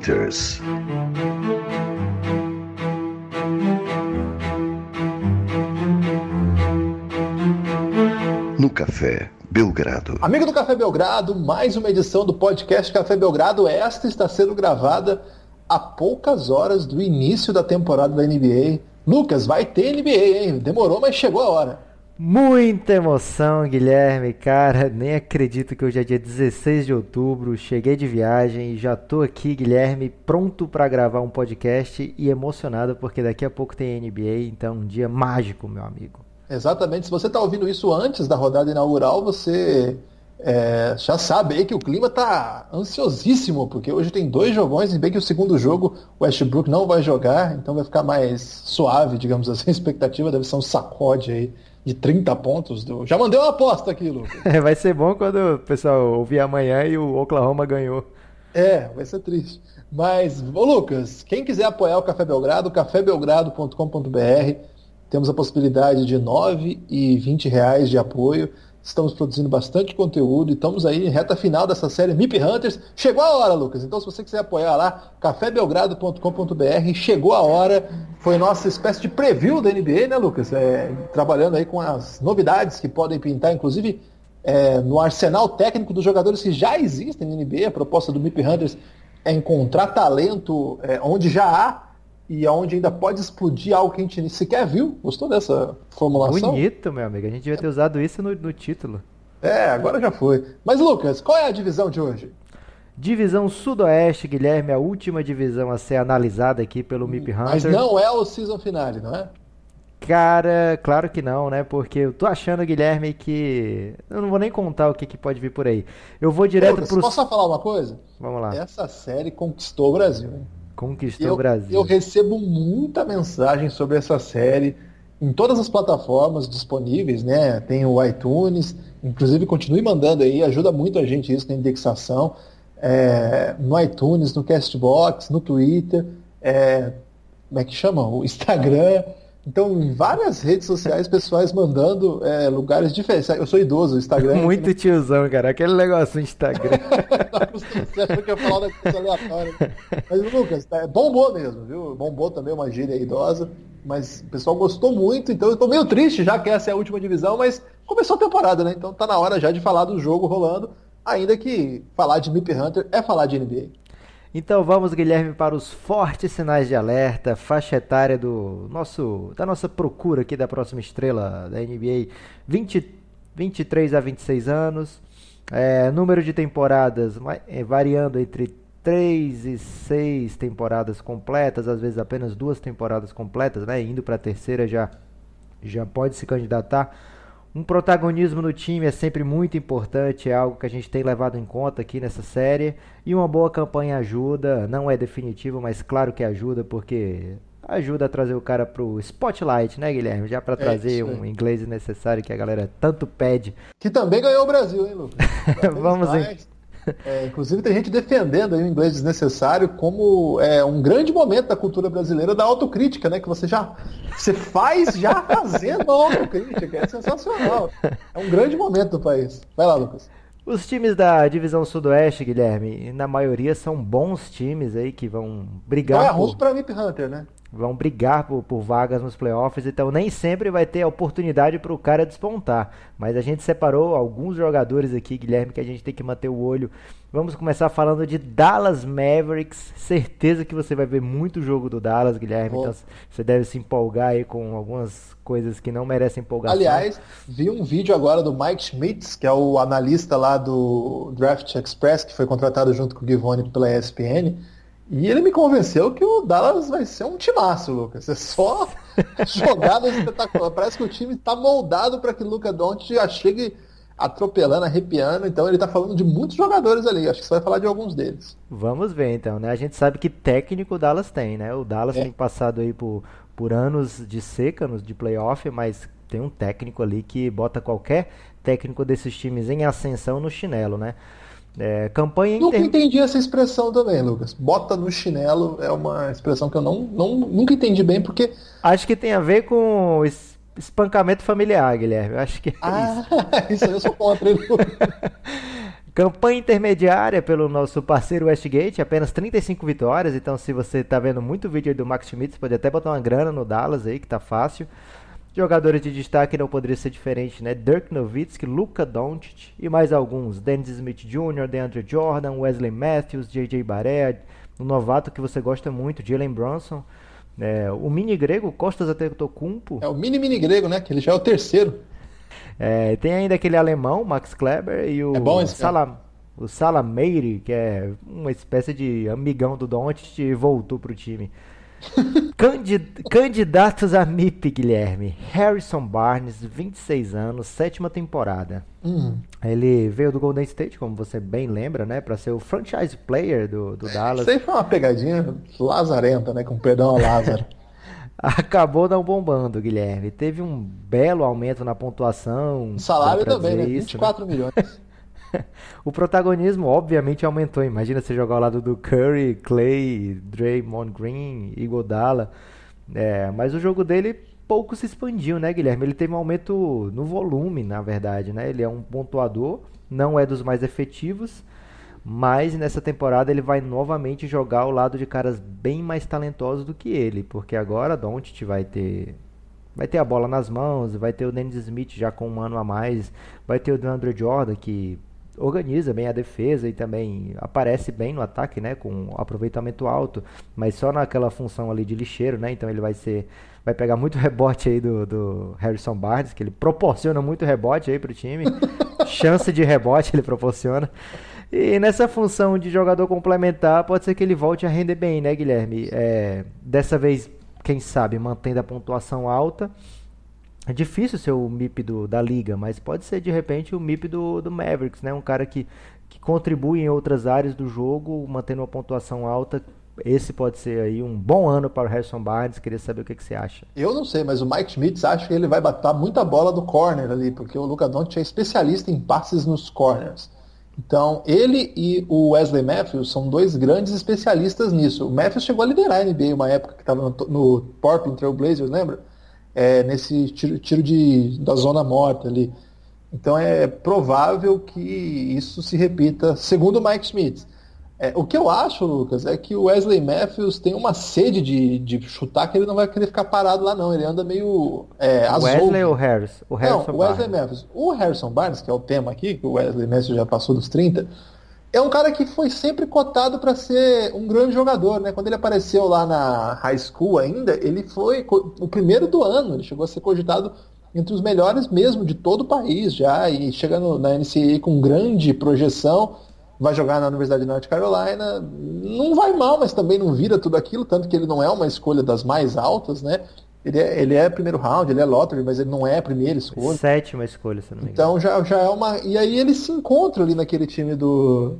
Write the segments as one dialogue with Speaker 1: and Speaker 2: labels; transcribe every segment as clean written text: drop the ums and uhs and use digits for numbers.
Speaker 1: Hunters. No Café Belgrado.
Speaker 2: Amigo do Café Belgrado, mais uma edição do podcast Café Belgrado. Esta está sendo gravada a poucas horas do início da temporada da NBA. Lucas, vai ter NBA, hein? Demorou, mas chegou a hora.
Speaker 3: Muita emoção, Guilherme, cara, nem acredito que hoje é dia 16 de outubro, cheguei de viagem e já tô aqui, Guilherme, pronto para gravar um podcast e emocionado porque daqui a pouco tem NBA, então um dia mágico, meu amigo.
Speaker 2: Exatamente, se você está ouvindo isso antes da rodada inaugural, você já sabe aí que o clima tá ansiosíssimo, porque hoje tem 2 jogões, e bem que o segundo jogo o Westbrook não vai jogar, então vai ficar mais suave, digamos assim, a expectativa deve ser um sacode aí de 30 pontos. Já mandei uma aposta aqui, Lucas.
Speaker 3: Vai ser bom quando o pessoal ouvir amanhã e o Oklahoma ganhou.
Speaker 2: Vai ser triste. Mas, Lucas, quem quiser apoiar o Café Belgrado, cafébelgrado.com.br, temos a possibilidade de R$ 9 e R$ 20 de apoio. Estamos produzindo bastante conteúdo e estamos aí em reta final dessa série MIP Hunters. Chegou a hora, Lucas. Então, se você quiser apoiar lá, cafébelgrado.com.br, chegou a hora. Foi nossa espécie de preview da NBA, né, Lucas? Trabalhando aí com as novidades que podem pintar, inclusive no arsenal técnico dos jogadores que já existem na NBA. A proposta do MIP Hunters é encontrar talento onde já há e onde ainda pode explodir algo que a gente sequer viu. Gostou dessa formulação?
Speaker 3: Bonito, meu amigo. A gente devia ter usado isso no título.
Speaker 2: Agora já foi. Mas, Lucas, qual é a divisão de hoje?
Speaker 3: Divisão Sudoeste, Guilherme, a última divisão a ser analisada aqui pelo MIP Hunter.
Speaker 2: Mas não é o season finale, não é?
Speaker 3: Cara, claro que não, né? Porque eu tô achando, Guilherme, que... Eu não vou nem contar o que pode vir por aí. Eu vou direto
Speaker 2: Lucas,
Speaker 3: pros...
Speaker 2: Posso só falar uma coisa?
Speaker 3: Vamos lá.
Speaker 2: Essa série conquistou o Brasil, hein?
Speaker 3: Conquistou o Brasil.
Speaker 2: Eu recebo muita mensagem sobre essa série em todas as plataformas disponíveis, né? Tem o iTunes, inclusive continue mandando aí, ajuda muito a gente isso na indexação. No iTunes, no Castbox, no Twitter, como é que chama? O Instagram. Então, em várias redes sociais pessoais mandando lugares diferentes. Eu sou idoso, o Instagram...
Speaker 3: Muito tiozão, cara. Aquele negócio no Instagram.
Speaker 2: Você achou que eu ia falar uma coisa aleatória. Mas, Lucas, bombou mesmo, viu? Bombou também, uma gíria idosa. Mas o pessoal gostou muito, então eu tô meio triste, já que essa é a última divisão, mas começou a temporada, né? Então tá na hora já de falar do jogo rolando, ainda que falar de MIP Hunter é falar de NBA.
Speaker 3: Então vamos, Guilherme, para os fortes sinais de alerta, faixa etária da nossa procura aqui da próxima estrela da NBA, 23 a 26 anos, número de temporadas variando entre 3 e 6 temporadas completas, às vezes apenas 2 temporadas completas, né? Indo para a terceira já pode se candidatar. Um protagonismo no time é sempre muito importante, é algo que a gente tem levado em conta aqui nessa série. E uma boa campanha ajuda, não é definitivo, mas claro que ajuda, porque ajuda a trazer o cara pro spotlight, né, Guilherme? Já para trazer um inglês necessário que a galera tanto pede.
Speaker 2: Que também ganhou o Brasil, hein, Lucas?
Speaker 3: Vamos em...
Speaker 2: Inclusive tem gente defendendo aí o inglês desnecessário como um grande momento da cultura brasileira da autocrítica, né? Que você faz já fazendo a autocrítica, é sensacional. É um grande momento do país. Vai lá, Lucas.
Speaker 3: Os times da divisão Sudoeste, Guilherme, na maioria são bons times aí que vão brigar.
Speaker 2: Não é ruim pra MIP Hunter, né?
Speaker 3: Vão brigar por vagas nos playoffs, então nem sempre vai ter a oportunidade para o cara despontar. Mas a gente separou alguns jogadores aqui, Guilherme, que a gente tem que manter o olho. Vamos começar falando de Dallas Mavericks. Certeza que você vai ver muito jogo do Dallas, Guilherme. Então você deve se empolgar aí com algumas coisas que não merecem empolgação.
Speaker 2: Aliás, vi um vídeo agora do Mike Schmitz, que é o analista lá do Draft Express, que foi contratado junto com o Givone pela ESPN. E ele me convenceu que o Dallas vai ser um timaço, Lucas. É só jogadas espetaculares. Parece que o time está moldado para que o Luka Doncic já chegue atropelando, arrepiando. Então ele está falando de muitos jogadores ali. Acho que você vai falar de alguns deles.
Speaker 3: Vamos ver então, né? A gente sabe que técnico o Dallas tem, né? O Dallas tem passado aí por anos de seca de playoff, mas tem um técnico ali que bota qualquer técnico desses times em ascensão no chinelo, né? Campanha
Speaker 2: Nunca entendi essa expressão também, Lucas. Bota no chinelo é uma expressão que eu nunca entendi bem, porque...
Speaker 3: Acho que tem a ver com espancamento familiar, Guilherme. Acho que é isso.
Speaker 2: Isso aí eu sou contra, hein?
Speaker 3: Campanha intermediária pelo nosso parceiro Westgate, apenas 35 vitórias, então se você está vendo muito vídeo aí do Max Schmitz, pode até botar uma grana no Dallas aí, que tá fácil. Jogadores de destaque não poderia ser diferente, né? Dirk Nowitzki, Luka Doncic e mais alguns. Dennis Smith Jr., DeAndre Jordan, Wesley Matthews, J.J. Barea, um novato que você gosta muito, Jalen Brunson. O mini grego, Kostas Antetokounmpo.
Speaker 2: É o mini grego, né? Que ele já é o terceiro.
Speaker 3: Tem ainda aquele alemão, Max Kleber, e o o Salameiri, que é uma espécie de amigão do Doncic e voltou pro time. Candidatos a MIP, Guilherme. Harrison Barnes, 26 anos, 7ª temporada. Ele veio do Golden State, como você bem lembra, né? Para ser o franchise player do Dallas.
Speaker 2: Isso aí foi uma pegadinha lazarenta, né? Com perdão ao Lázaro.
Speaker 3: Acabou não bombando, Guilherme. Teve um belo aumento na pontuação.
Speaker 2: O salário também, né?
Speaker 3: Isso,
Speaker 2: 24 milhões.
Speaker 3: O protagonismo, obviamente, aumentou. Imagina você jogar ao lado do Curry, Clay, Draymond Green, Iguodala. Mas o jogo dele pouco se expandiu, né, Guilherme? Ele teve um aumento no volume, na verdade, né? Ele é um pontuador, não é dos mais efetivos, mas nessa temporada ele vai novamente jogar ao lado de caras bem mais talentosos do que ele, porque agora Doncic vai ter a bola nas mãos, vai ter o Dennis Smith já com um ano a mais, vai ter o DeAndre Jordan, que organiza bem a defesa e também aparece bem no ataque, né, com aproveitamento alto, mas só naquela função ali de lixeiro, né? Então ele vai pegar muito rebote aí do Harrison Barnes, que ele proporciona muito rebote aí pro time. Chance de rebote ele proporciona. E nessa função de jogador complementar, pode ser que ele volte a render bem, né, Guilherme? Dessa vez, quem sabe, mantendo a pontuação alta. É difícil ser o MIP da liga, mas pode ser de repente o MIP do Mavericks, né? Um cara que contribui em outras áreas do jogo, mantendo uma pontuação alta. Esse pode ser aí um bom ano para o Harrison Barnes. Queria saber o que você acha.
Speaker 2: Eu não sei, mas o Mike Schmitz acha que ele vai bater muita bola do corner ali, porque o Luka Doncic é especialista em passes nos corners. Então, ele e o Wesley Matthews são dois grandes especialistas nisso. O Matthews chegou a liderar a NBA uma época que estava no Portland Trail Blazers, lembra? Nesse tiro da zona morta ali. Então é provável que isso se repita, segundo o Mike Schmitz. O que eu acho, Lucas, é que o Wesley Matthews tem uma sede de chutar que ele não vai querer ficar parado lá, não. Ele anda meio azul.
Speaker 3: Wesley ou Harris? O Harrison
Speaker 2: não, o Wesley Matthews. O Harrison Barnes, que é o tema aqui, que o Wesley Matthews já passou dos 30, é um cara que foi sempre cotado para ser um grande jogador, né? Quando ele apareceu lá na high school ainda, ele foi o primeiro do ano, ele chegou a ser cogitado entre os melhores mesmo de todo o país já, e chegando na NCAA com grande projeção, vai jogar na Universidade de North Carolina, não vai mal, mas também não vira tudo aquilo, tanto que ele não é uma escolha das mais altas, né? Ele é primeiro round, ele é lottery, mas ele não é a primeira escolha.
Speaker 3: 7ª escolha, se não me engano.
Speaker 2: Então já é uma... E aí ele se encontra ali naquele time do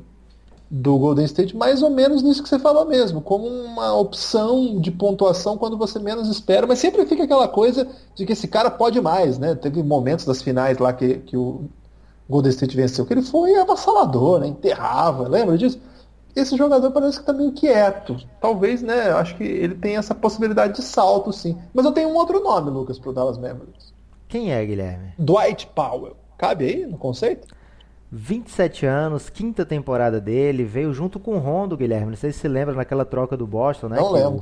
Speaker 2: Golden State, mais ou menos nisso que você falou mesmo, como uma opção de pontuação quando você menos espera, mas sempre fica aquela coisa de que esse cara pode mais, né? Teve momentos das finais lá que o Golden State venceu, que ele foi avassalador, né? Enterrava, lembra disso? Esse jogador parece que tá meio quieto. Talvez, né? Eu acho que ele tem essa possibilidade de salto, sim. Mas eu tenho um outro nome, Lucas, pro Dallas Mavericks.
Speaker 3: Quem é, Guilherme?
Speaker 2: Dwight Powell. Cabe aí no conceito?
Speaker 3: 27 anos, 5ª temporada dele. Veio junto com o Rondo, Guilherme. Não sei se você lembra naquela troca do Boston, né?
Speaker 2: Não lembro.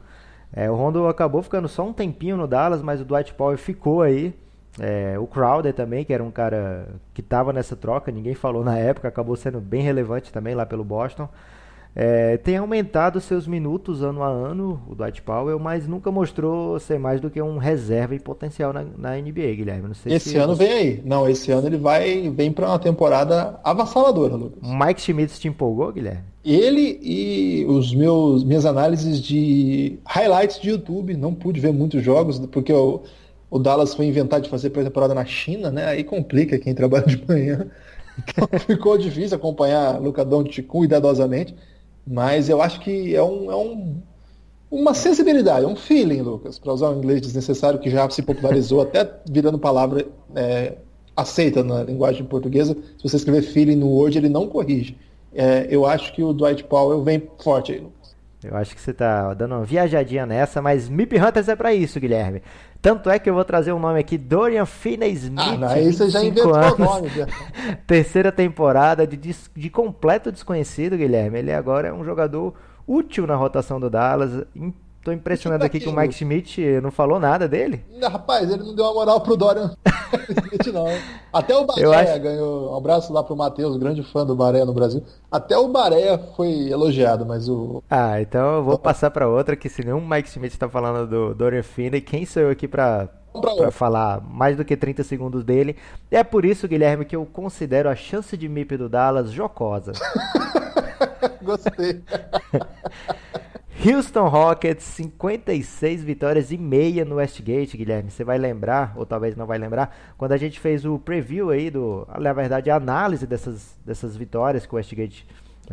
Speaker 3: O Rondo acabou ficando só um tempinho no Dallas, mas o Dwight Powell ficou aí. O Crowder também, que era um cara que estava nessa troca, ninguém falou na época, acabou sendo bem relevante também lá pelo Boston. Tem aumentado seus minutos ano a ano, o Dwight Powell, mas nunca mostrou ser mais do que um reserva e potencial na NBA, Guilherme. Não sei
Speaker 2: esse ano vem aí. Não, esse ano ele vem para uma temporada avassaladora, Lucas.
Speaker 3: Mike Schmitz te empolgou, Guilherme?
Speaker 2: Ele e minhas análises de highlights de YouTube, não pude ver muitos jogos, porque o Dallas foi inventar de fazer pré-temporada na China, né? Aí complica quem trabalha de manhã. Então ficou difícil acompanhar Luka Doncic cuidadosamente. Mas eu acho que é uma sensibilidade, um feeling, Lucas, para usar um inglês desnecessário que já se popularizou, até virando palavra aceita na linguagem portuguesa. Se você escrever feeling no Word, ele não corrige. Eu acho que o Dwight Powell vem forte aí, Lucas.
Speaker 3: Eu acho que você tá dando uma viajadinha nessa, mas MIP Hunters é pra isso, Guilherme. Tanto é que eu vou trazer um nome aqui, Dorian Finney-Smith.
Speaker 2: Aí você já inventou o nome.
Speaker 3: Terceira temporada de completo desconhecido, Guilherme. Ele agora é um jogador útil na rotação do Dallas. Tô impressionado aqui que o Mike Schmidt não falou nada dele.
Speaker 2: Rapaz, ele não deu uma moral pro Dorian Schmidt, não. Até o Baré ganhou. Um abraço lá pro Matheus, grande fã do Baré no Brasil. Até o Baré foi elogiado, mas o...
Speaker 3: então eu vou passar pra outra, que se nenhum Mike Schmidt tá falando do Dorian Finney, quem sou eu aqui pra falar mais do que 30 segundos dele? É por isso, Guilherme, que eu considero a chance de MIP do Dallas jocosa.
Speaker 2: Gostei.
Speaker 3: Houston Rockets, 56 vitórias e meia no Westgate, Guilherme. Você vai lembrar, ou talvez não vai lembrar, quando a gente fez o preview aí, na verdade, a análise dessas vitórias que o Westgate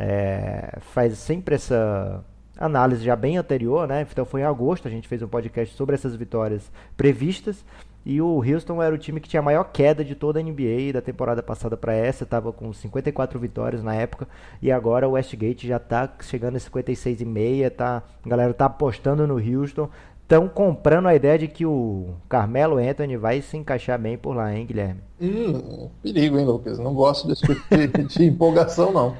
Speaker 3: faz sempre essa análise já bem anterior, né? Então foi em agosto, a gente fez um podcast sobre essas vitórias previstas. E o Houston era o time que tinha a maior queda de toda a NBA da temporada passada para essa, estava com 54 vitórias na época, e agora o Westgate já está chegando a 56,5, a galera está apostando no Houston, estão comprando a ideia de que o Carmelo Anthony vai se encaixar bem por lá, hein, Guilherme?
Speaker 2: Perigo, hein, Lucas? Não gosto desse tipo de empolgação, não.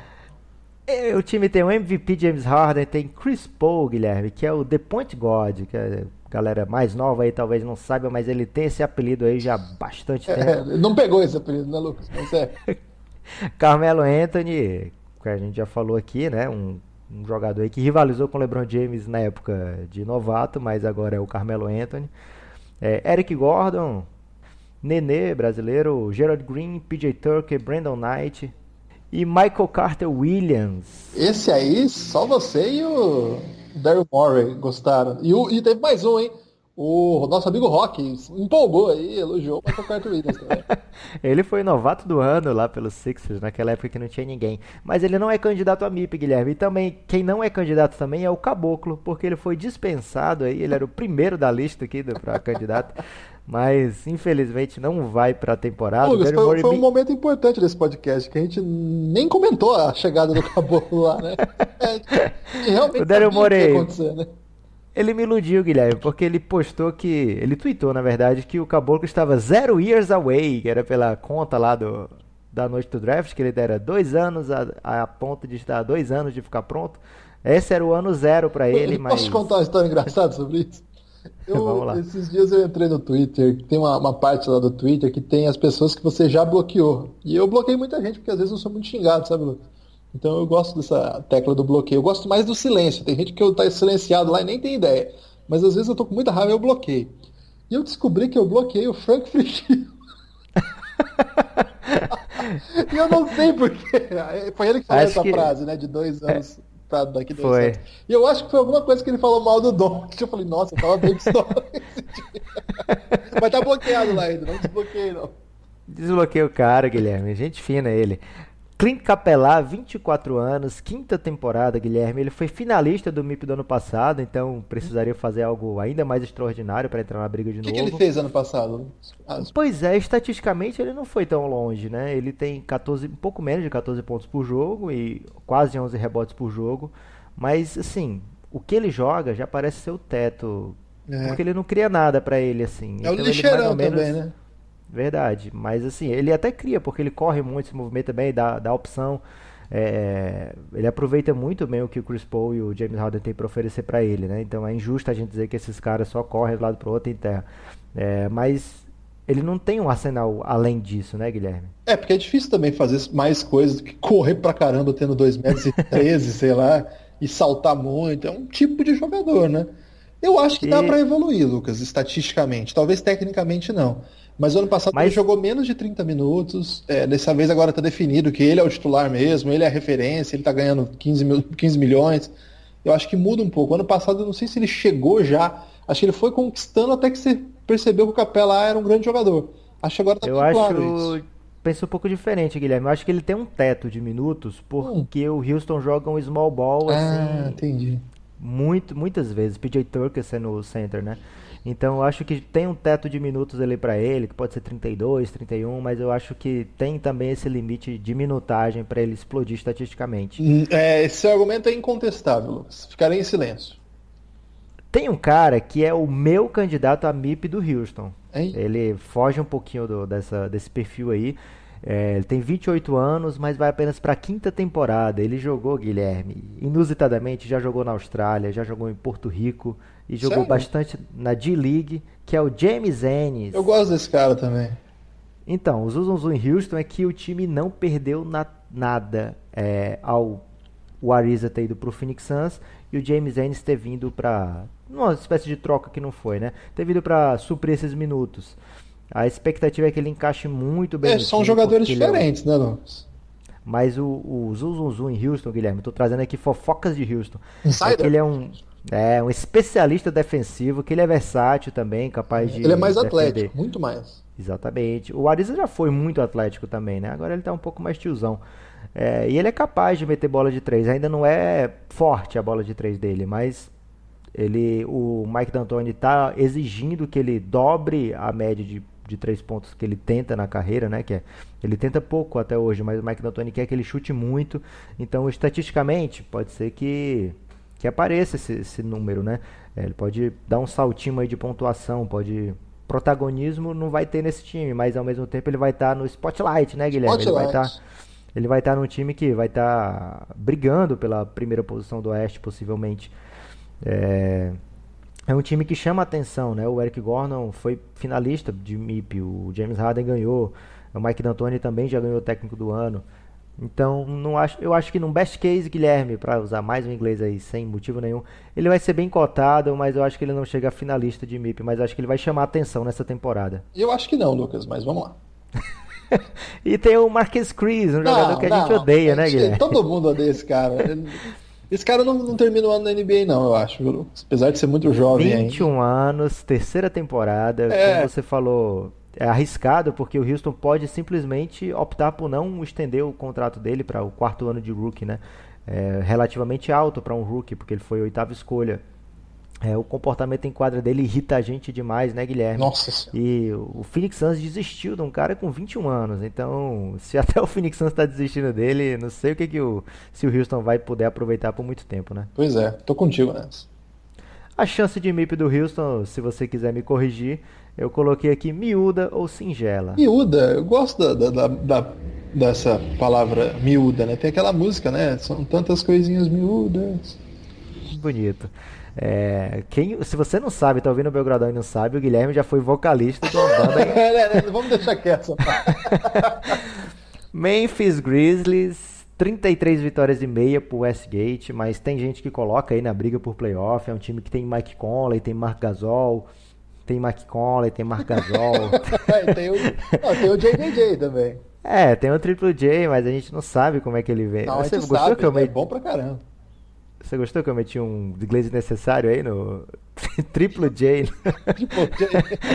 Speaker 3: O time tem o MVP James Harden, tem Chris Paul, Guilherme, que é o The Point God, que é galera mais nova aí talvez não saiba, mas ele tem esse apelido aí já há bastante tempo.
Speaker 2: Não pegou esse apelido, né, Lucas? Mas
Speaker 3: Carmelo Anthony, que a gente já falou aqui, né? Um jogador aí que rivalizou com o LeBron James na época de novato, mas agora é o Carmelo Anthony. Eric Gordon, Nenê, brasileiro, Gerald Green, PJ Tucker, Brandon Knight e Michael Carter Williams.
Speaker 2: Esse aí, só você e o Daryl Morey gostaram. E teve mais um, hein? O nosso amigo Rock empolgou aí, elogiou o Michael Carter Williams também.
Speaker 3: Ele foi novato do ano lá pelos Sixers, naquela época que não tinha ninguém. Mas ele não é candidato a MIP, Guilherme. E também, quem não é candidato também é o Caboclo, porque ele foi dispensado aí, ele era o primeiro da lista aqui para candidato. Mas, infelizmente, não vai para a temporada.
Speaker 2: Lucas, foi um momento importante desse podcast, que a gente nem comentou a chegada do Caboclo lá, né? Realmente
Speaker 3: o Daryl Morey,
Speaker 2: acontecer, né?
Speaker 3: Ele me iludiu, Guilherme, porque ele ele tweetou, na verdade, que o Caboclo estava 0 years away, que era pela conta lá da noite do draft, que ele era 2 anos, a ponto de estar 2 anos de ficar pronto. Esse era o ano 0 para ele, mas...
Speaker 2: Posso te contar uma história engraçada sobre isso?
Speaker 3: Vamos lá.
Speaker 2: Esses dias eu entrei no Twitter, tem uma parte lá do Twitter que tem as pessoas que você já bloqueou. E eu bloqueei muita gente, porque às vezes eu sou muito xingado, sabe, Lucas? Então eu gosto dessa tecla do bloqueio. Eu gosto mais do silêncio. Tem gente que eu tá silenciado lá e nem tem ideia. Mas às vezes eu tô com muita raiva e eu bloqueio. E eu descobri que eu bloqueei o Frank Frischio. E eu não sei porquê. Foi ele que falou essa frase, né? De 2 anos pra daqui 2 anos. E eu acho que foi alguma coisa que ele falou mal do Dom. Que eu falei, nossa, eu tava bem pistola esse dia. Mas tá bloqueado lá ainda, não desbloqueei não.
Speaker 3: Desbloqueei o cara, Guilherme. Gente fina ele. Clint Capela, 24 anos, 5ª temporada, Guilherme. Ele foi finalista do MIP do ano passado, então precisaria fazer algo ainda mais extraordinário para entrar na briga de novo.
Speaker 2: O que ele fez ano passado?
Speaker 3: Pois é, estatisticamente ele não foi tão longe, né? Ele tem um pouco menos de 14 pontos por jogo e quase 11 rebotes por jogo. Mas, assim, o que ele joga já parece ser o teto, porque ele não cria nada para ele, assim.
Speaker 2: É o lixeirão também, né?
Speaker 3: Verdade, mas assim, ele até cria, porque ele corre muito, se movimenta bem, dá opção. Ele aproveita muito bem o que o Chris Paul e o James Harden têm para oferecer para ele, né? Então é injusto a gente dizer que esses caras só correm de um lado para o outro em terra. Mas ele não tem um arsenal além disso, né, Guilherme?
Speaker 2: Porque é difícil também fazer mais coisas do que correr pra caramba tendo 2,13 m, sei lá, e saltar muito. É um tipo de jogador, né? Eu acho que dá para evoluir, Lucas, estatisticamente. Talvez tecnicamente não. Mas ano passado ele jogou menos de 30 minutos. Dessa vez agora está definido que ele é o titular mesmo, ele é a referência, ele está ganhando 15 milhões. Eu acho que muda um pouco. Ano passado eu não sei se ele chegou já. Acho que ele foi conquistando até que você percebeu que o Capela era um grande jogador. Acho que agora está bem claro isso.
Speaker 3: Penso um pouco diferente, Guilherme. Eu acho que ele tem um teto de minutos porque o Houston joga um small ball assim.
Speaker 2: Entendi.
Speaker 3: Muitas vezes. PJ Tucker sendo o center, né? Então eu acho que tem um teto de minutos ali para ele, que pode ser 32, 31, mas eu acho que tem também esse limite de minutagem para ele explodir estatisticamente.
Speaker 2: Esse argumento é incontestável, Lucas. Ficarei em silêncio.
Speaker 3: Tem um cara que é o meu candidato a MIP do Houston.
Speaker 2: Hein?
Speaker 3: Ele foge um pouquinho desse perfil aí. Ele tem 28 anos, mas vai apenas para a quinta temporada. Ele jogou, Guilherme, inusitadamente, já jogou na Austrália, já jogou em Porto Rico e jogou
Speaker 2: Sério?
Speaker 3: bastante na D-League, que é o James Ennis.
Speaker 2: Eu gosto desse cara também.
Speaker 3: Então, o Zuzunzu em Houston é que o time não perdeu nada ao Ariza ter ido para o Phoenix Suns e o James Ennis ter vindo para uma espécie de troca que não foi, né? Ter vindo para suprir esses minutos. A expectativa é que ele encaixe muito bem no
Speaker 2: São
Speaker 3: time,
Speaker 2: jogadores
Speaker 3: porque ele
Speaker 2: diferentes, né, Lucas?
Speaker 3: Mas o Zuzunzu em Houston, Guilherme, estou trazendo aqui fofocas de Houston.
Speaker 2: Insider?
Speaker 3: É que ele é um especialista defensivo, que ele é versátil também, capaz de
Speaker 2: Ele é mais
Speaker 3: defender.
Speaker 2: atlético, muito mais.
Speaker 3: Exatamente. O Ariza já foi muito atlético também, né? Agora ele tá um pouco mais tiozão. E ele é capaz de meter bola de 3. Ainda não é forte a bola de 3 dele, mas o Mike D'Antoni tá exigindo que ele dobre a média de 3 pontos que ele tenta na carreira, né? Ele tenta pouco até hoje, mas o Mike D'Antoni quer que ele chute muito. Então, estatisticamente, pode ser que apareça esse número, né? Ele pode dar um saltinho aí de pontuação, protagonismo não vai ter nesse time, mas ao mesmo tempo ele vai estar no spotlight, né, Guilherme? Ele vai estar num time que vai estar brigando pela primeira posição do Oeste, possivelmente. É um time que chama a atenção, né? O Eric Gordon foi finalista de MIP, o James Harden ganhou, o Mike D'Antoni também já ganhou o técnico do ano. Então, eu acho que num best case, Guilherme, para usar mais um inglês aí sem motivo nenhum, ele vai ser bem cotado, mas eu acho que ele não chega a finalista de MIP, mas eu acho que ele vai chamar a atenção nessa temporada.
Speaker 2: Eu acho que não, Lucas, mas vamos lá.
Speaker 3: E tem o Marquese Chriss, um jogador que a gente odeia, né, Guilherme?
Speaker 2: Todo mundo odeia esse cara. Esse cara não termina o ano na NBA, não, eu acho, viu, Lucas? Apesar de ser muito jovem
Speaker 3: 21 anos, terceira temporada, como você falou, é arriscado porque o Houston pode simplesmente optar por não estender o contrato dele para o quarto ano de rookie, né? Relativamente alto para um rookie, porque ele foi a 8ª escolha. O comportamento em quadra dele irrita a gente demais, né, Guilherme?
Speaker 2: Nossa Senhora.
Speaker 3: E o Phoenix Suns desistiu de um cara com 21 anos. Então, se até o Phoenix Suns está desistindo dele, não sei se o Houston vai poder aproveitar por muito tempo, né?
Speaker 2: Pois é, tô contigo nessa.
Speaker 3: A chance de MIP do Houston, se você quiser me corrigir, eu coloquei aqui miúda ou singela.
Speaker 2: Miúda, eu gosto dessa palavra miúda, né? Tem aquela música, né? São tantas coisinhas miúdas.
Speaker 3: Bonito. Se você não sabe, tá ouvindo o Belgradão e não sabe, o Guilherme já foi vocalista de uma banda.
Speaker 2: Vamos deixar quieto essa parte.
Speaker 3: Memphis Grizzlies, 33 vitórias e meia pro Westgate, mas tem gente que coloca aí na briga por playoff. É um time que tem Mike Conley, tem Marc Gasol, tem Mike Conley, tem Marc Gasol.
Speaker 2: Tem o JJJ também.
Speaker 3: Tem o Triple J, mas a gente não sabe como é que ele vem.
Speaker 2: Não,
Speaker 3: Você
Speaker 2: gostou
Speaker 3: sabe,
Speaker 2: que eu é bom pra caramba.
Speaker 3: Você gostou que eu meti um inglês necessário aí no Triple J?
Speaker 2: Triple J.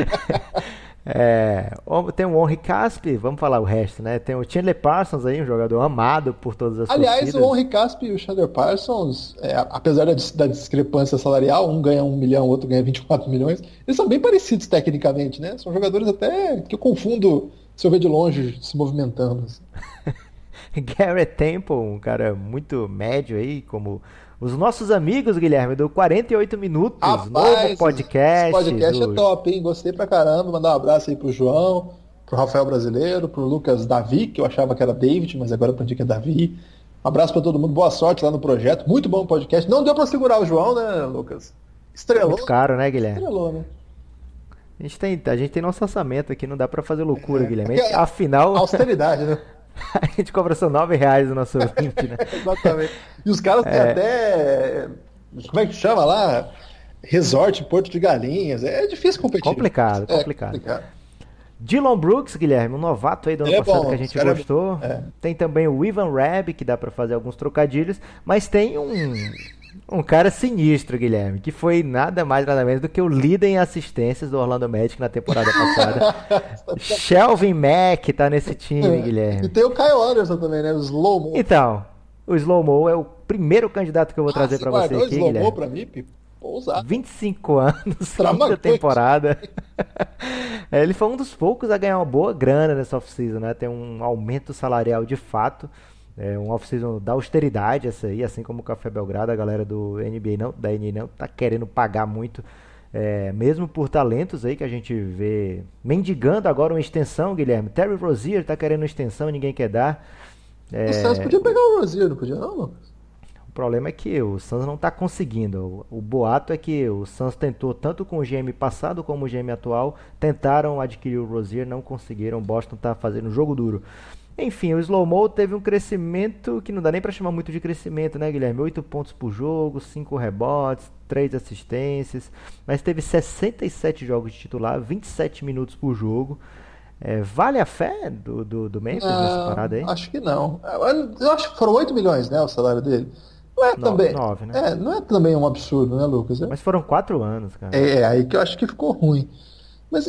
Speaker 3: Tem o Henry Caspi, vamos falar o resto, né? Tem o Chandler Parsons aí, um jogador amado por todas as torcidas.
Speaker 2: Aliás, o Henry Caspi e o Chandler Parsons, apesar da discrepância salarial, um ganha 1 milhão, o outro ganha 24 milhões, eles são bem parecidos tecnicamente, né? São jogadores até que eu confundo se eu ver de longe se movimentando. Assim.
Speaker 3: Garrett Temple, um cara muito médio aí, como os nossos amigos, Guilherme, do 48 Minutos, novo podcast.
Speaker 2: Esse podcast é top, hein? Gostei pra caramba. Mandar um abraço aí pro João, pro Rafael Brasileiro, pro Lucas Davi, que eu achava que era David, mas agora eu aprendi que é Davi. Um abraço pra todo mundo, boa sorte lá no projeto. Muito bom o podcast. Não deu pra segurar o João, né, Lucas? Estrelou.
Speaker 3: Muito caro, né, Guilherme?
Speaker 2: Estrelou, né?
Speaker 3: A gente tem nosso orçamento aqui, não dá pra fazer loucura, Guilherme. Afinal...
Speaker 2: Austeridade, né?
Speaker 3: A gente cobra só R$9 no nosso ouvinte, né?
Speaker 2: Exatamente. E os caras têm até... Como é que chama lá? Resort em Porto de Galinhas. É difícil competir.
Speaker 3: Complicado. Dylan Brooks, Guilherme, um novato aí do ano passado que a gente gostou. Tem também o Ivan Rabb, que dá pra fazer alguns trocadilhos. Mas tem um cara sinistro, Guilherme, que foi nada mais nada menos do que o líder em assistências do Orlando Magic na temporada passada. Shelvin Mack tá nesse time, Guilherme.
Speaker 2: E tem o Kyle Anderson também, né? O Slow-Mo.
Speaker 3: Então, o Slow-Mo é o primeiro candidato que eu vou trazer pra você aqui, Guilherme.
Speaker 2: Slow-Mo pra mim, ousado.
Speaker 3: 25 anos, quinta temporada. Ele foi um dos poucos a ganhar uma boa grana nessa off-season, né? Tem um aumento salarial de fato. É um off-season da austeridade essa aí, assim como o Café Belgrado, a galera do NBA não, da NBA não tá querendo pagar muito, mesmo por talentos aí que a gente vê mendigando agora uma extensão, Guilherme. Terry Rozier tá querendo uma extensão, ninguém quer dar.
Speaker 2: O Suns podia pegar o Rozier, não podia não, Lucas?
Speaker 3: O problema é que o Suns não está conseguindo. O boato é que o Suns tentou, tanto com o GM passado como o GM atual, tentaram adquirir o Rozier, não conseguiram. O Boston está fazendo jogo duro. Enfim, o Slow Mo teve um crescimento que não dá nem para chamar muito de crescimento, né, Guilherme? 8 pontos por jogo, 5 rebotes, 3 assistências, mas teve 67 jogos de titular, 27 minutos por jogo. Vale a fé do Memphis nessa parada aí?
Speaker 2: Acho que não. Eu acho que foram 8 milhões, né, o salário dele. Não é também.
Speaker 3: 9, né?
Speaker 2: Não é também um absurdo, né, Lucas?
Speaker 3: Mas foram 4 anos, cara.
Speaker 2: Aí que eu acho que ficou ruim. Mas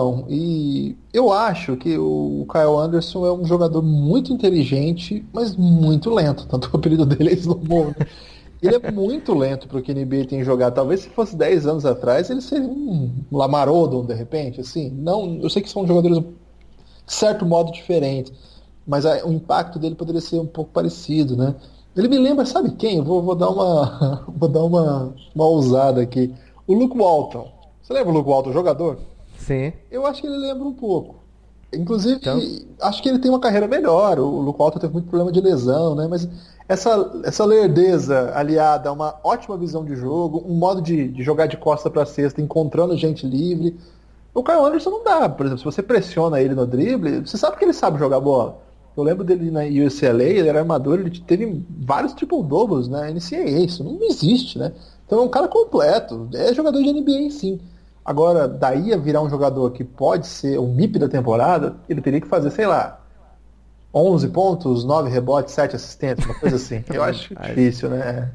Speaker 2: eu acho que o Kyle Anderson é um jogador muito inteligente, mas muito lento. Tanto que o apelido dele é Slow Mo, né? Ele é muito lento para o que a NBA tem jogado. Talvez se fosse 10 anos atrás, ele seria um Lamar Odom, de repente. Assim, não, eu sei que são jogadores de certo modo diferentes, mas o impacto dele poderia ser um pouco parecido, né? Ele me lembra, sabe quem? Eu vou dar uma vou dar uma ousada aqui. O Luke Walton. Você lembra o Luke Walton, jogador?
Speaker 3: Sim.
Speaker 2: Eu acho que ele lembra um pouco. Inclusive,
Speaker 3: Então,
Speaker 2: acho que ele tem uma carreira melhor. O Luke Walton teve muito problema de lesão, né? Mas essa lerdeza aliada a uma ótima visão de jogo, um modo de jogar de costa para cesta, encontrando gente livre. O Kyle Anderson não dá. Por exemplo, se você pressiona ele no drible, você sabe que ele sabe jogar bola. Eu lembro dele na UCLA, ele era armador, ele teve vários triple-doubles na NCAA. Isso não existe, né? Então é um cara completo. É jogador de NBA, sim. Agora, daí a virar um jogador que pode ser o MIP da temporada, ele teria que fazer, sei lá, 11 pontos, 9 rebotes, 7 assistentes, uma coisa assim. Eu acho difícil, né?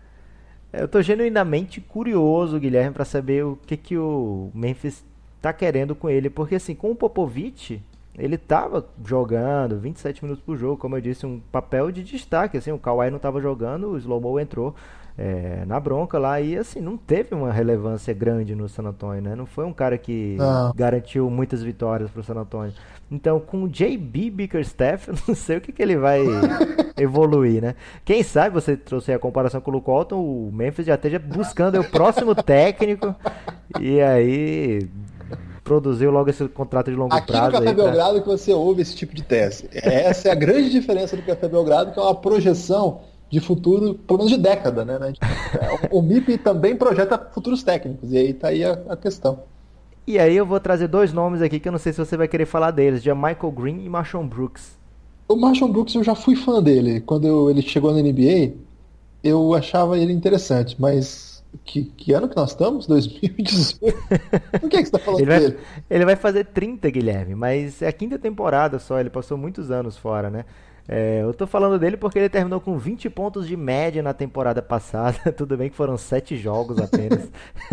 Speaker 3: eu tô genuinamente curioso, Guilherme, para saber o que o Memphis tá querendo com ele, porque assim, com o Popovich, ele tava jogando 27 minutos por jogo, como eu disse, um papel de destaque, assim, o Kawhi não tava jogando, o Slow Mo entrou na bronca lá e assim, não teve uma relevância grande no San Antonio, né? Não foi um cara que garantiu muitas vitórias pro San Antonio. Então, com o JB Bickerstaff, eu não sei o que ele vai evoluir, né? Quem sabe, você trouxe a comparação com o Luke Walton, o Memphis já esteja buscando o próximo técnico e aí produziu logo esse contrato de longo prazo.
Speaker 2: Aqui no Café Belgrado que você ouve esse tipo de tese. Essa é a grande diferença do Café Belgrado, que é uma projeção de futuro, pelo menos de década, né? O MIP também projeta futuros técnicos, e aí tá aí a questão.
Speaker 3: E aí eu vou trazer 2 nomes aqui que eu não sei se você vai querer falar deles, de Michael Green e Marshall Brooks.
Speaker 2: O Marshall Brooks eu já fui fã dele. Quando ele chegou na NBA, eu achava ele interessante, mas que ano que nós estamos? 2018? Por que você está falando dele?
Speaker 3: Ele vai fazer 30, Guilherme, mas é a 5ª temporada só, ele passou muitos anos fora, né? Eu tô falando dele porque ele terminou com 20 pontos de média na temporada passada. Tudo bem que foram 7 jogos apenas.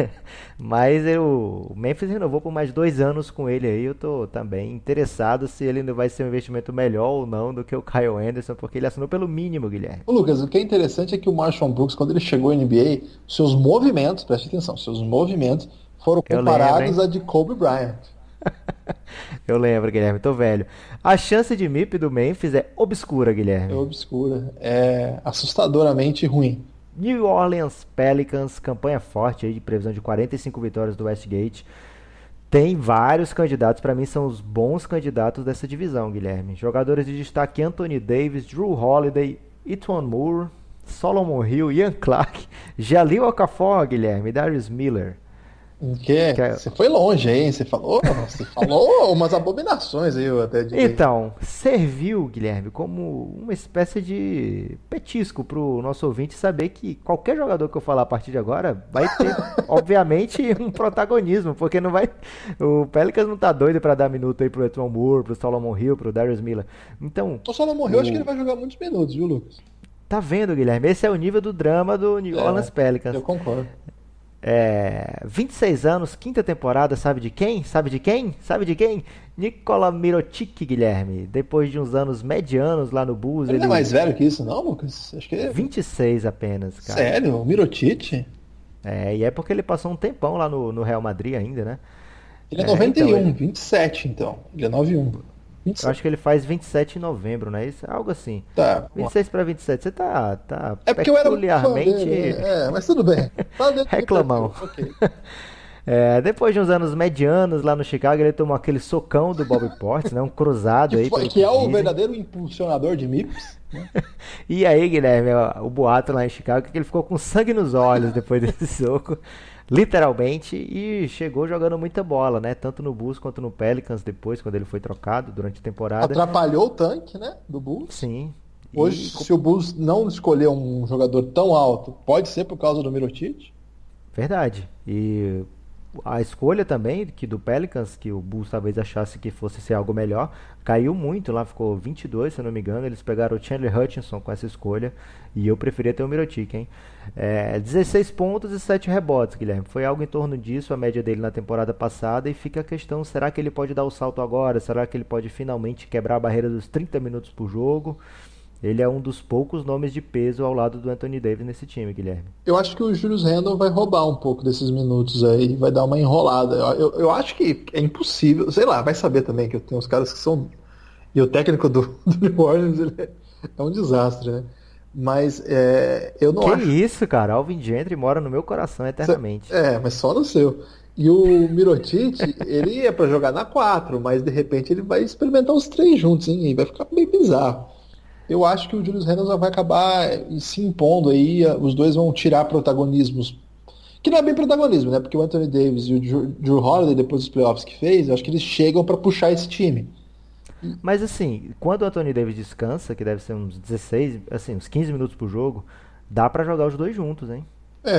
Speaker 3: Mas o Memphis renovou por mais 2 anos com ele aí. Eu tô também interessado se ele ainda vai ser um investimento melhor ou não do que o Kyle Anderson, porque ele assinou pelo mínimo, Guilherme.
Speaker 2: Ô Lucas, o que é interessante é que o Marshall Brooks, quando ele chegou na NBA, seus movimentos, preste atenção, seus movimentos foram comparados a de Kobe Bryant.
Speaker 3: Eu lembro, Guilherme, tô velho. A chance de MIP do Memphis é obscura, Guilherme.
Speaker 2: É obscura, é assustadoramente ruim.
Speaker 3: New Orleans Pelicans, campanha forte aí de previsão de 45 vitórias do Westgate. Tem vários candidatos, para mim são os bons candidatos dessa divisão, Guilherme. Jogadores de destaque: Anthony Davis, Drew Holiday, Etuan Moore, Solomon Hill, Ian Clark, Jalil Okafor, Guilherme, e Darius Miller.
Speaker 2: Você foi longe, hein? Você falou umas abominações aí, eu até diria.
Speaker 3: Então, serviu, Guilherme, como uma espécie de petisco pro nosso ouvinte saber que qualquer jogador que eu falar a partir de agora vai ter, obviamente, um protagonismo, porque não vai. O Pelicans não tá doido pra dar minuto aí pro Etuan Moore, pro Solomon Hill, pro Darius Miller. Então.
Speaker 2: O Solomon Hill acho que ele vai jogar muitos minutos, viu, Lucas?
Speaker 3: Tá vendo, Guilherme? Esse é o nível do drama do New Orleans Pelicans.
Speaker 2: Eu concordo.
Speaker 3: 26 anos, 5ª temporada, sabe de quem? Sabe de quem? Sabe de quem? Nikola Mirotic, Guilherme. Depois de uns anos medianos lá no Bulls.
Speaker 2: Ele não é mais velho que isso, não, Lucas? Acho que é
Speaker 3: 26 apenas, cara.
Speaker 2: Sério? O Mirotic?
Speaker 3: E é porque ele passou um tempão lá no Real Madrid ainda, né?
Speaker 2: Ele é 91, então 27 então. Ele é 91.
Speaker 3: Eu acho que ele faz 27 em novembro, né? Isso é algo assim.
Speaker 2: Tá.
Speaker 3: 26 para 27. Você tá
Speaker 2: É porque eu era muito fã
Speaker 3: peculiarmente
Speaker 2: dele, né? Mas tudo bem. Tá dentro do
Speaker 3: reclamão.
Speaker 2: perfil, ok.
Speaker 3: Depois de uns anos medianos lá no Chicago, ele tomou aquele socão do Bobby Portis, né? Um cruzado aí.
Speaker 2: Que é o verdadeiro impulsionador de MIPS. Né?
Speaker 3: E aí, Guilherme, o boato lá em Chicago é que ele ficou com sangue nos olhos depois desse soco, literalmente, e chegou jogando muita bola, né? Tanto no Bulls quanto no Pelicans depois, quando ele foi trocado durante a temporada.
Speaker 2: Atrapalhou o tanque, né? Do Bulls.
Speaker 3: Sim.
Speaker 2: Hoje, se o Bulls não escolher um jogador tão alto, pode ser por causa do Mirotic?
Speaker 3: Verdade. E a escolha também que do Pelicans, que o Bulls talvez achasse que fosse ser algo melhor, caiu muito lá, ficou 22, se eu não me engano. Eles pegaram o Chandler Hutchinson com essa escolha e eu preferia ter o Mirotic, hein? 16 pontos e 7 rebotes, Guilherme. Foi algo em torno disso, a média dele na temporada passada, e fica a questão, será que ele pode dar o salto agora? Será que ele pode finalmente quebrar a barreira dos 30 minutos por jogo? Ele é um dos poucos nomes de peso ao lado do Anthony Davis nesse time, Guilherme.
Speaker 2: Eu acho que o Julius Randle vai roubar um pouco desses minutos aí, vai dar uma enrolada. Eu acho que é impossível, sei lá, vai saber também que tem uns caras que são... E o técnico do New Orleans, ele é um desastre, né? Mas eu não acho...
Speaker 3: Que isso, cara? Alvin Gentry mora no meu coração eternamente.
Speaker 2: Mas só no seu. E o Mirotic, ele é pra jogar na 4, mas de repente ele vai experimentar os 3 juntos, hein? E vai ficar meio bizarro. Eu acho que o Julius Randle vai acabar se impondo aí, os dois vão tirar protagonismos, que não é bem protagonismo, né? Porque o Anthony Davis e o Drew Holiday, depois dos playoffs que fez, eu acho que eles chegam para puxar esse time.
Speaker 3: Mas assim, quando o Anthony Davis descansa, que deve ser uns 16, assim, uns 15 minutos por jogo, dá pra jogar os dois juntos, hein?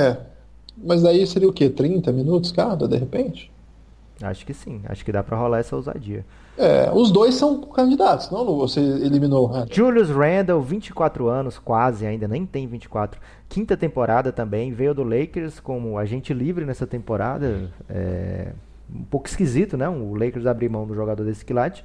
Speaker 2: Mas aí seria o quê? 30 minutos cada, de repente?
Speaker 3: Acho que sim, acho que dá pra rolar essa ousadia.
Speaker 2: Os dois são candidatos, não? Você eliminou o Randle.
Speaker 3: Julius Randle, 24 anos, quase, ainda nem tem 24. Quinta temporada também, veio do Lakers como agente livre nessa temporada. Um pouco esquisito, né? O Lakers abrir mão do jogador desse quilate,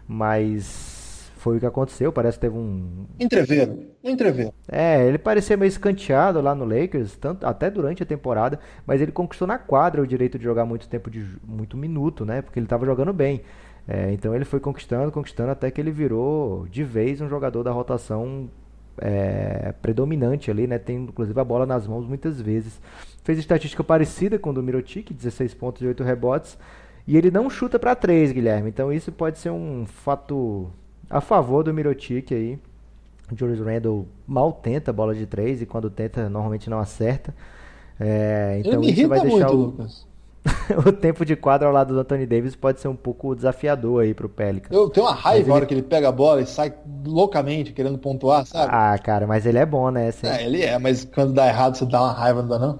Speaker 3: mas foi o que aconteceu, parece que teve um
Speaker 2: entreveiro.
Speaker 3: Ele parecia meio escanteado lá no Lakers, até durante a temporada, mas ele conquistou na quadra o direito de jogar muito minuto, né? Porque ele estava jogando bem. Então ele foi conquistando até que ele virou de vez um jogador da rotação predominante ali, né? Tem inclusive a bola nas mãos muitas vezes. Fez estatística parecida com o do Mirotic, 16 pontos e 8 rebotes. E ele não chuta para 3, Guilherme. Então isso pode ser um fato a favor do Mirotic aí. O Julius Randle mal tenta a bola de 3 e quando tenta normalmente não acerta. Então
Speaker 2: ele me
Speaker 3: isso vai
Speaker 2: irrita
Speaker 3: deixar
Speaker 2: muito, Lucas.
Speaker 3: o tempo de quadra ao lado do Anthony Davis pode ser um pouco desafiador aí pro Pelicans.
Speaker 2: Eu tenho uma raiva na hora que ele pega a bola e sai loucamente querendo pontuar, sabe?
Speaker 3: Ah, cara, mas ele é bom, né?
Speaker 2: Ele mas quando dá errado você dá uma raiva, não dá não?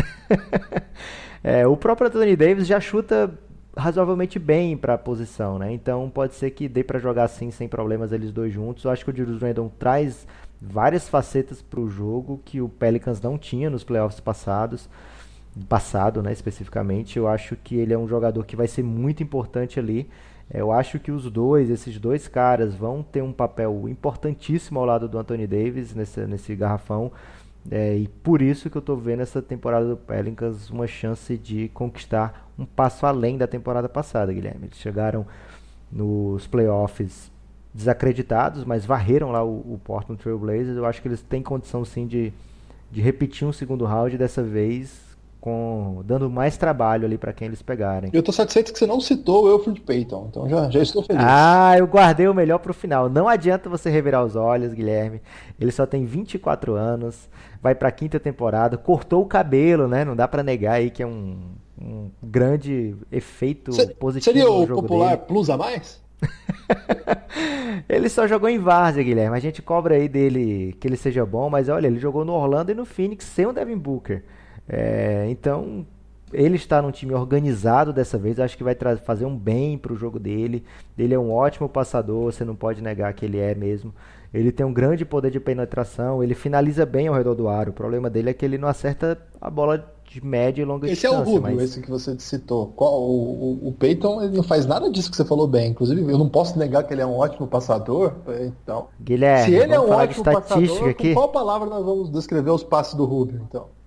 Speaker 3: O próprio Anthony Davis já chuta razoavelmente bem para a posição, né? Então pode ser que dê para jogar assim sem problemas eles dois juntos. Eu acho que o Julius Randle traz várias facetas para o jogo que o Pelicans não tinha nos playoffs passado, né, especificamente. Eu acho que ele é um jogador que vai ser muito importante ali. Eu acho que esses dois caras vão ter um papel importantíssimo ao lado do Anthony Davis nesse garrafão. E por isso que eu estou vendo essa temporada do Pelicans uma chance de conquistar um passo além da temporada passada, Guilherme. Eles chegaram nos playoffs desacreditados, mas varreram lá o Portland Trail Blazers. Eu acho que eles têm condição sim de repetir um segundo round dessa vez, dando mais trabalho ali para quem eles pegarem.
Speaker 2: Eu tô satisfeito que você não citou o Elfrid Payton, então já estou feliz.
Speaker 3: Eu guardei o melhor pro final. Não adianta você revirar os olhos, Guilherme. Ele só tem 24 anos, vai pra quinta temporada, cortou o cabelo, né? Não dá para negar aí que é um grande efeito positivo
Speaker 2: seria
Speaker 3: no
Speaker 2: o
Speaker 3: jogo
Speaker 2: popular
Speaker 3: dele.
Speaker 2: plus a mais?
Speaker 3: Ele só jogou em várzea, Guilherme. A gente cobra aí dele que ele seja bom, mas olha, ele jogou no Orlando e no Phoenix sem o Devin Booker. Então ele está num time organizado dessa vez. Acho que vai fazer um bem pro jogo dele. Ele é um ótimo passador, você não pode negar que ele é mesmo. Ele tem um grande poder de penetração, ele finaliza bem ao redor do aro. O problema dele é que ele não acerta a bola de média e longa distância.
Speaker 2: Esse é o Rubio, esse que você citou. O Peyton, ele não faz nada disso que você falou bem. Inclusive, eu não posso negar que ele é um ótimo passador. Então,
Speaker 3: Guilherme,
Speaker 2: se ele é um
Speaker 3: falar
Speaker 2: ótimo
Speaker 3: de estatística
Speaker 2: passador,
Speaker 3: aqui?
Speaker 2: com qual palavra nós vamos descrever os passes do Rubio, então?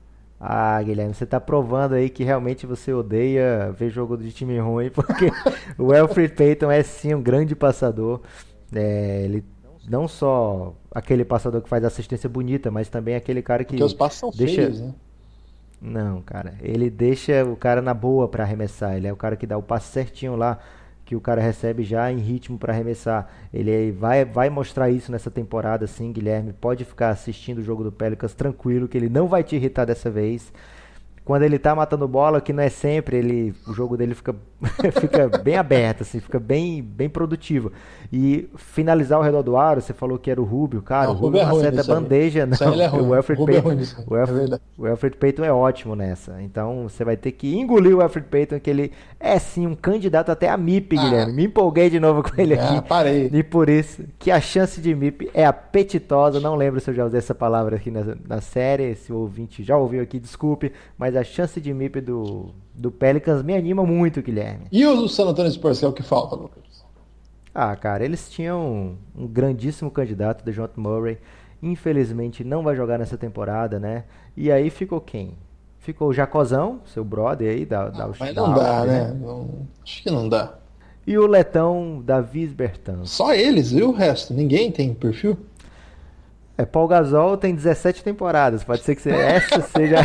Speaker 3: Ah, Guilherme, você tá provando aí que realmente você odeia ver jogo de time ruim, porque o Elfrid Payton é sim um grande passador. Ele não só aquele passador que faz assistência bonita, mas também aquele cara
Speaker 2: Porque os
Speaker 3: que
Speaker 2: passos são
Speaker 3: deixa.
Speaker 2: feios, né?
Speaker 3: Não, cara, ele deixa o cara na boa pra arremessar. Ele é o cara que dá o passe certinho lá, que o cara recebe já em ritmo pra arremessar. Ele vai mostrar isso nessa temporada, sim, Guilherme. Pode ficar assistindo o jogo do Pelicans tranquilo, que ele não vai te irritar dessa vez. Quando ele tá matando bola, que não é sempre, o jogo dele fica, fica bem aberto, assim, fica bem produtivo. E finalizar ao redor do aro, você falou que era o Rubio, cara,
Speaker 2: Não,
Speaker 3: o Rubio
Speaker 2: é ruim
Speaker 3: acerta
Speaker 2: nisso aí.
Speaker 3: bandeja, não.
Speaker 2: Isso aí ele é ruim.
Speaker 3: O Elfrid
Speaker 2: Rubio é
Speaker 3: Payton,
Speaker 2: ruim nisso aí.
Speaker 3: o
Speaker 2: É
Speaker 3: Elf-
Speaker 2: verdade.
Speaker 3: o Elfrid Payton é ótimo nessa. Então você vai ter que engolir o Elfrid Payton, que ele é sim um candidato até a MIP, Guilherme. Me empolguei de novo com ele aqui.
Speaker 2: Parei.
Speaker 3: E por isso que a chance de MIP é apetitosa. Não lembro se eu já usei essa palavra aqui na série. Se o ouvinte já ouviu aqui, desculpe. Mas a chance de MIP do Pelicans me anima muito, Guilherme.
Speaker 2: E o San Antonio Spurs, que é o que falta, Lucas?
Speaker 3: Ah, cara, eles tinham um grandíssimo candidato, DeJounte Murray. Infelizmente não vai jogar nessa temporada, né? E aí ficou quem? Ficou o Jacozão, seu brother aí,
Speaker 2: Mas
Speaker 3: da
Speaker 2: não dá,
Speaker 3: Austria,
Speaker 2: né? Acho que não dá.
Speaker 3: E o letão Davis Bertans.
Speaker 2: Só eles, viu? O resto, ninguém tem perfil.
Speaker 3: Paul Gasol tem 17 temporadas. Pode ser que essa seja.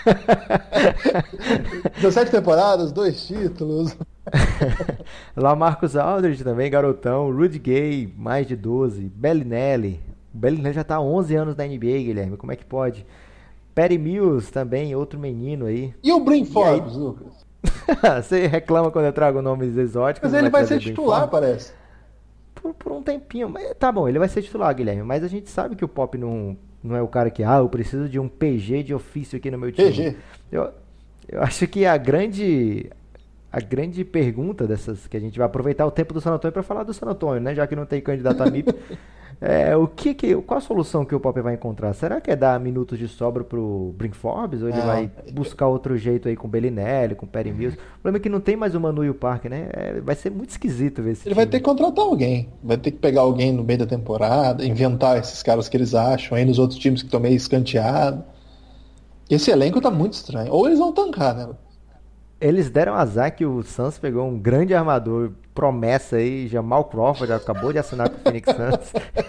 Speaker 2: 17 temporadas, 2 títulos.
Speaker 3: Lá Marcus Aldridge também, garotão. Rudy Gay, mais de 12. Bellinelli. O Bellinelli já tá há 11 anos na NBA, Guilherme. Como é que pode? Patty Mills também, outro menino aí.
Speaker 2: E o Bryn Forbes, Lucas?
Speaker 3: Você reclama quando eu trago nomes exóticos.
Speaker 2: Mas ele vai ser
Speaker 3: trazer Bryn
Speaker 2: titular,
Speaker 3: Forbes?
Speaker 2: parece.
Speaker 3: Por um tempinho. Mas, tá bom, ele vai ser titular, Guilherme. Mas a gente sabe que o Pop não é o cara que, eu preciso de um PG de ofício aqui no meu time.
Speaker 2: PG.
Speaker 3: Eu acho que a grande pergunta dessas, que a gente vai aproveitar o tempo do San Antonio para falar do San Antonio, né? Já que não tem candidato a MIP. Qual a solução que o Pop vai encontrar? Será que é dar minutos de sobra pro Bryn Forbes? Ou ele vai buscar outro jeito aí com o Bellinelli, com o Patty Mills? O problema é que não tem mais o Manu e o Parker, né? Vai ser muito esquisito ver esse
Speaker 2: Ele vai
Speaker 3: time.
Speaker 2: ter que contratar alguém. Vai ter que pegar alguém no meio da temporada, inventar esses caras que eles acham aí nos outros times que estão meio escanteados. Esse elenco tá muito estranho. Ou eles vão tancar, né?
Speaker 3: Eles deram azar que o Suns pegou um grande armador, promessa aí, Jamal Crawford, acabou de assinar com o Phoenix Suns.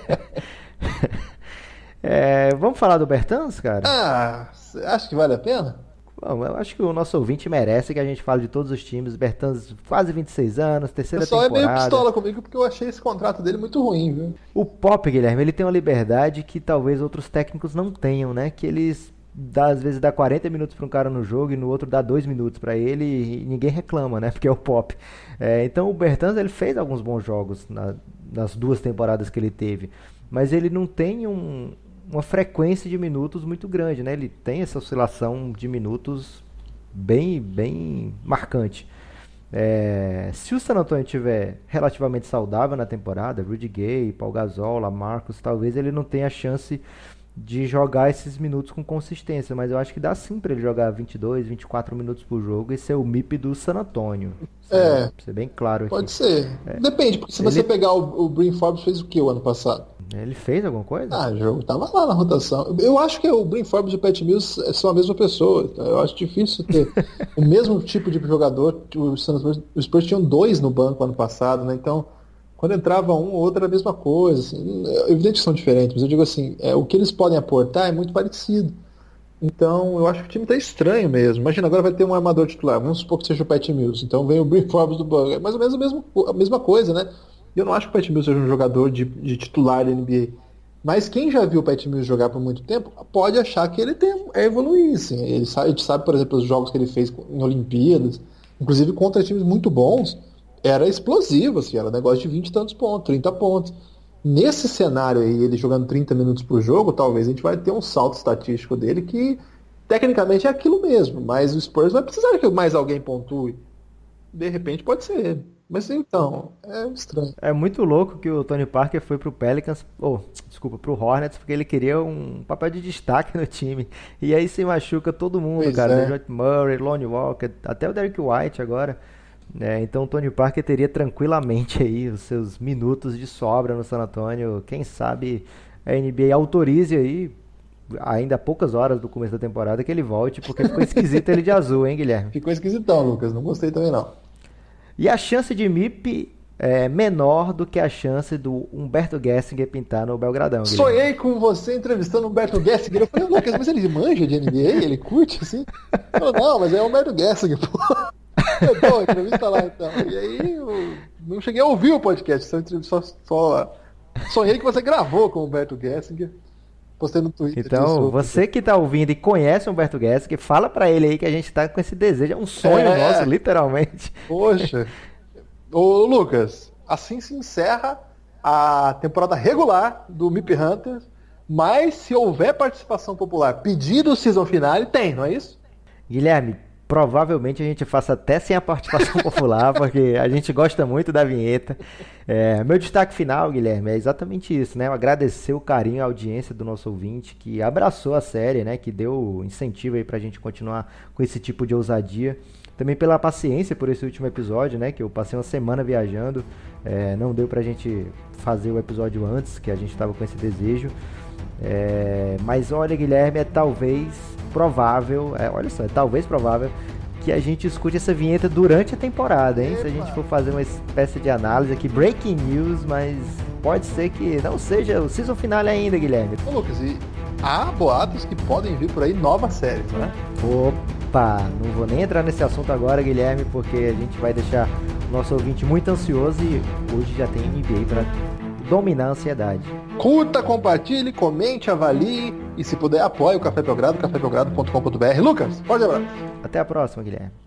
Speaker 3: Vamos falar do Bertans, cara?
Speaker 2: Você acha que vale a pena?
Speaker 3: Bom, eu acho que o nosso ouvinte merece que a gente fale de todos os times. Bertans, quase 26 anos,
Speaker 2: O
Speaker 3: terceira
Speaker 2: pessoal é
Speaker 3: temporada.
Speaker 2: meio pistola comigo porque eu achei esse contrato dele muito ruim, viu?
Speaker 3: O Pop, Guilherme, ele tem uma liberdade que talvez outros técnicos não tenham, né? Que eles, às vezes, dá 40 minutos para um cara no jogo e no outro dá 2 minutos para ele e ninguém reclama, né? Porque é o Pop. Então o Bertans, ele fez alguns bons jogos nas 2 temporadas que ele teve. Mas ele não tem uma frequência de minutos muito grande, né? Ele tem essa oscilação de minutos bem marcante. Se o San Antonio estiver relativamente saudável na temporada, Rudy Gay, Paul Gasol, Lamarcus, talvez ele não tenha chance de jogar esses minutos com consistência, mas eu acho que dá sim para ele jogar 22, 24 minutos por jogo e ser o MIP do San Antonio. Ser bem claro aqui.
Speaker 2: Pode ser. Depende, porque se você pegar o Bryn Forbes fez o que o ano passado?
Speaker 3: Ele fez alguma coisa?
Speaker 2: O jogo tava lá na rotação. Eu acho que o Bryn Forbes e o Pat Mills são a mesma pessoa. Então eu acho difícil ter o mesmo tipo de jogador. Os Spurs tinham 2 no banco ano passado, né? Então, quando entrava um ou outro era a mesma coisa. Assim. É evidente que são diferentes, mas eu digo assim, o que eles podem aportar é muito parecido. Então, eu acho que o time está estranho mesmo. Imagina, agora vai ter um armador titular. Vamos supor que seja o Pat Mills. Então vem o Bryn Forbes do banco. É mais ou menos a mesma coisa, né? Eu não acho que o Pat Mills seja um jogador de titular da NBA. Mas quem já viu o Pat Mills jogar por muito tempo pode achar que ele evoluir. Assim. A gente sabe, por exemplo, os jogos que ele fez em Olimpíadas, inclusive contra times muito bons, era explosivo, assim, era negócio de 20 e tantos pontos, 30 pontos. Nesse cenário aí, ele jogando 30 minutos por jogo, talvez a gente vai ter um salto estatístico dele que tecnicamente é aquilo mesmo, mas o Spurs vai precisar que mais alguém pontue. De repente pode ser ele. Mas então, é estranho.
Speaker 3: É muito louco que o Tony Parker foi pro Pelicans, pro Hornets, porque ele queria um papel de destaque no time. E aí se machuca todo mundo,
Speaker 2: Pois
Speaker 3: cara.
Speaker 2: é.
Speaker 3: DeJounte Murray, Lonnie Walker, até o Derrick White agora. Então o Tony Parker teria tranquilamente aí os seus minutos de sobra no San Antonio. Quem sabe a NBA autorize aí ainda há poucas horas do começo da temporada que ele volte, porque ficou esquisito ele de azul, hein, Guilherme?
Speaker 2: Ficou esquisitão, Lucas. Não gostei também, não.
Speaker 3: E a chance de MIP é menor do que a chance do Humberto Gessinger pintar no Belgradão, Guilherme.
Speaker 2: Sonhei com você entrevistando o Humberto Gessinger. Eu falei, Lucas, mas ele manja de NBA? Ele curte, assim? Ele falou, não, mas é o Humberto Gessinger, pô. Então, entrevista lá, então. E aí, eu não cheguei a ouvir o podcast, só sonhei que você gravou com o Humberto Gessinger. Postei no Twitter.
Speaker 3: Então, você que tá ouvindo e conhece o Humberto Gessinger, fala pra ele aí que a gente tá com esse desejo. É um sonho nosso, literalmente.
Speaker 2: Poxa. Ô, Lucas, assim se encerra a temporada regular do MIP Hunter, mas se houver participação popular, pedido season finale, tem, não é isso?
Speaker 3: Guilherme, provavelmente a gente faça até sem a participação popular, porque a gente gosta muito da vinheta. Meu destaque final, Guilherme, é exatamente isso, né? Eu agradecer o carinho e a audiência do nosso ouvinte, que abraçou a série, né? Que deu incentivo aí pra gente continuar com esse tipo de ousadia. Também pela paciência por esse último episódio, né? Que eu passei uma semana viajando. Não deu pra gente fazer o episódio antes, que a gente tava com esse desejo. Mas olha, Guilherme, é talvez provável que a gente escute essa vinheta durante a temporada, hein? Se a gente for fazer uma espécie de análise aqui, breaking news, mas pode ser que não seja o season finale ainda, Guilherme.
Speaker 2: Ô, Lucas, e há boatos que podem vir por aí novas séries, né?
Speaker 3: Opa, não vou nem entrar nesse assunto agora, Guilherme, porque a gente vai deixar o nosso ouvinte muito ansioso e hoje já tem NBA para dominar a ansiedade.
Speaker 2: Curta, compartilhe, comente, avalie e se puder apoie o Café Belgrado, cafébelgrado.com.br. Lucas, forte abraço.
Speaker 3: Até a próxima, Guilherme.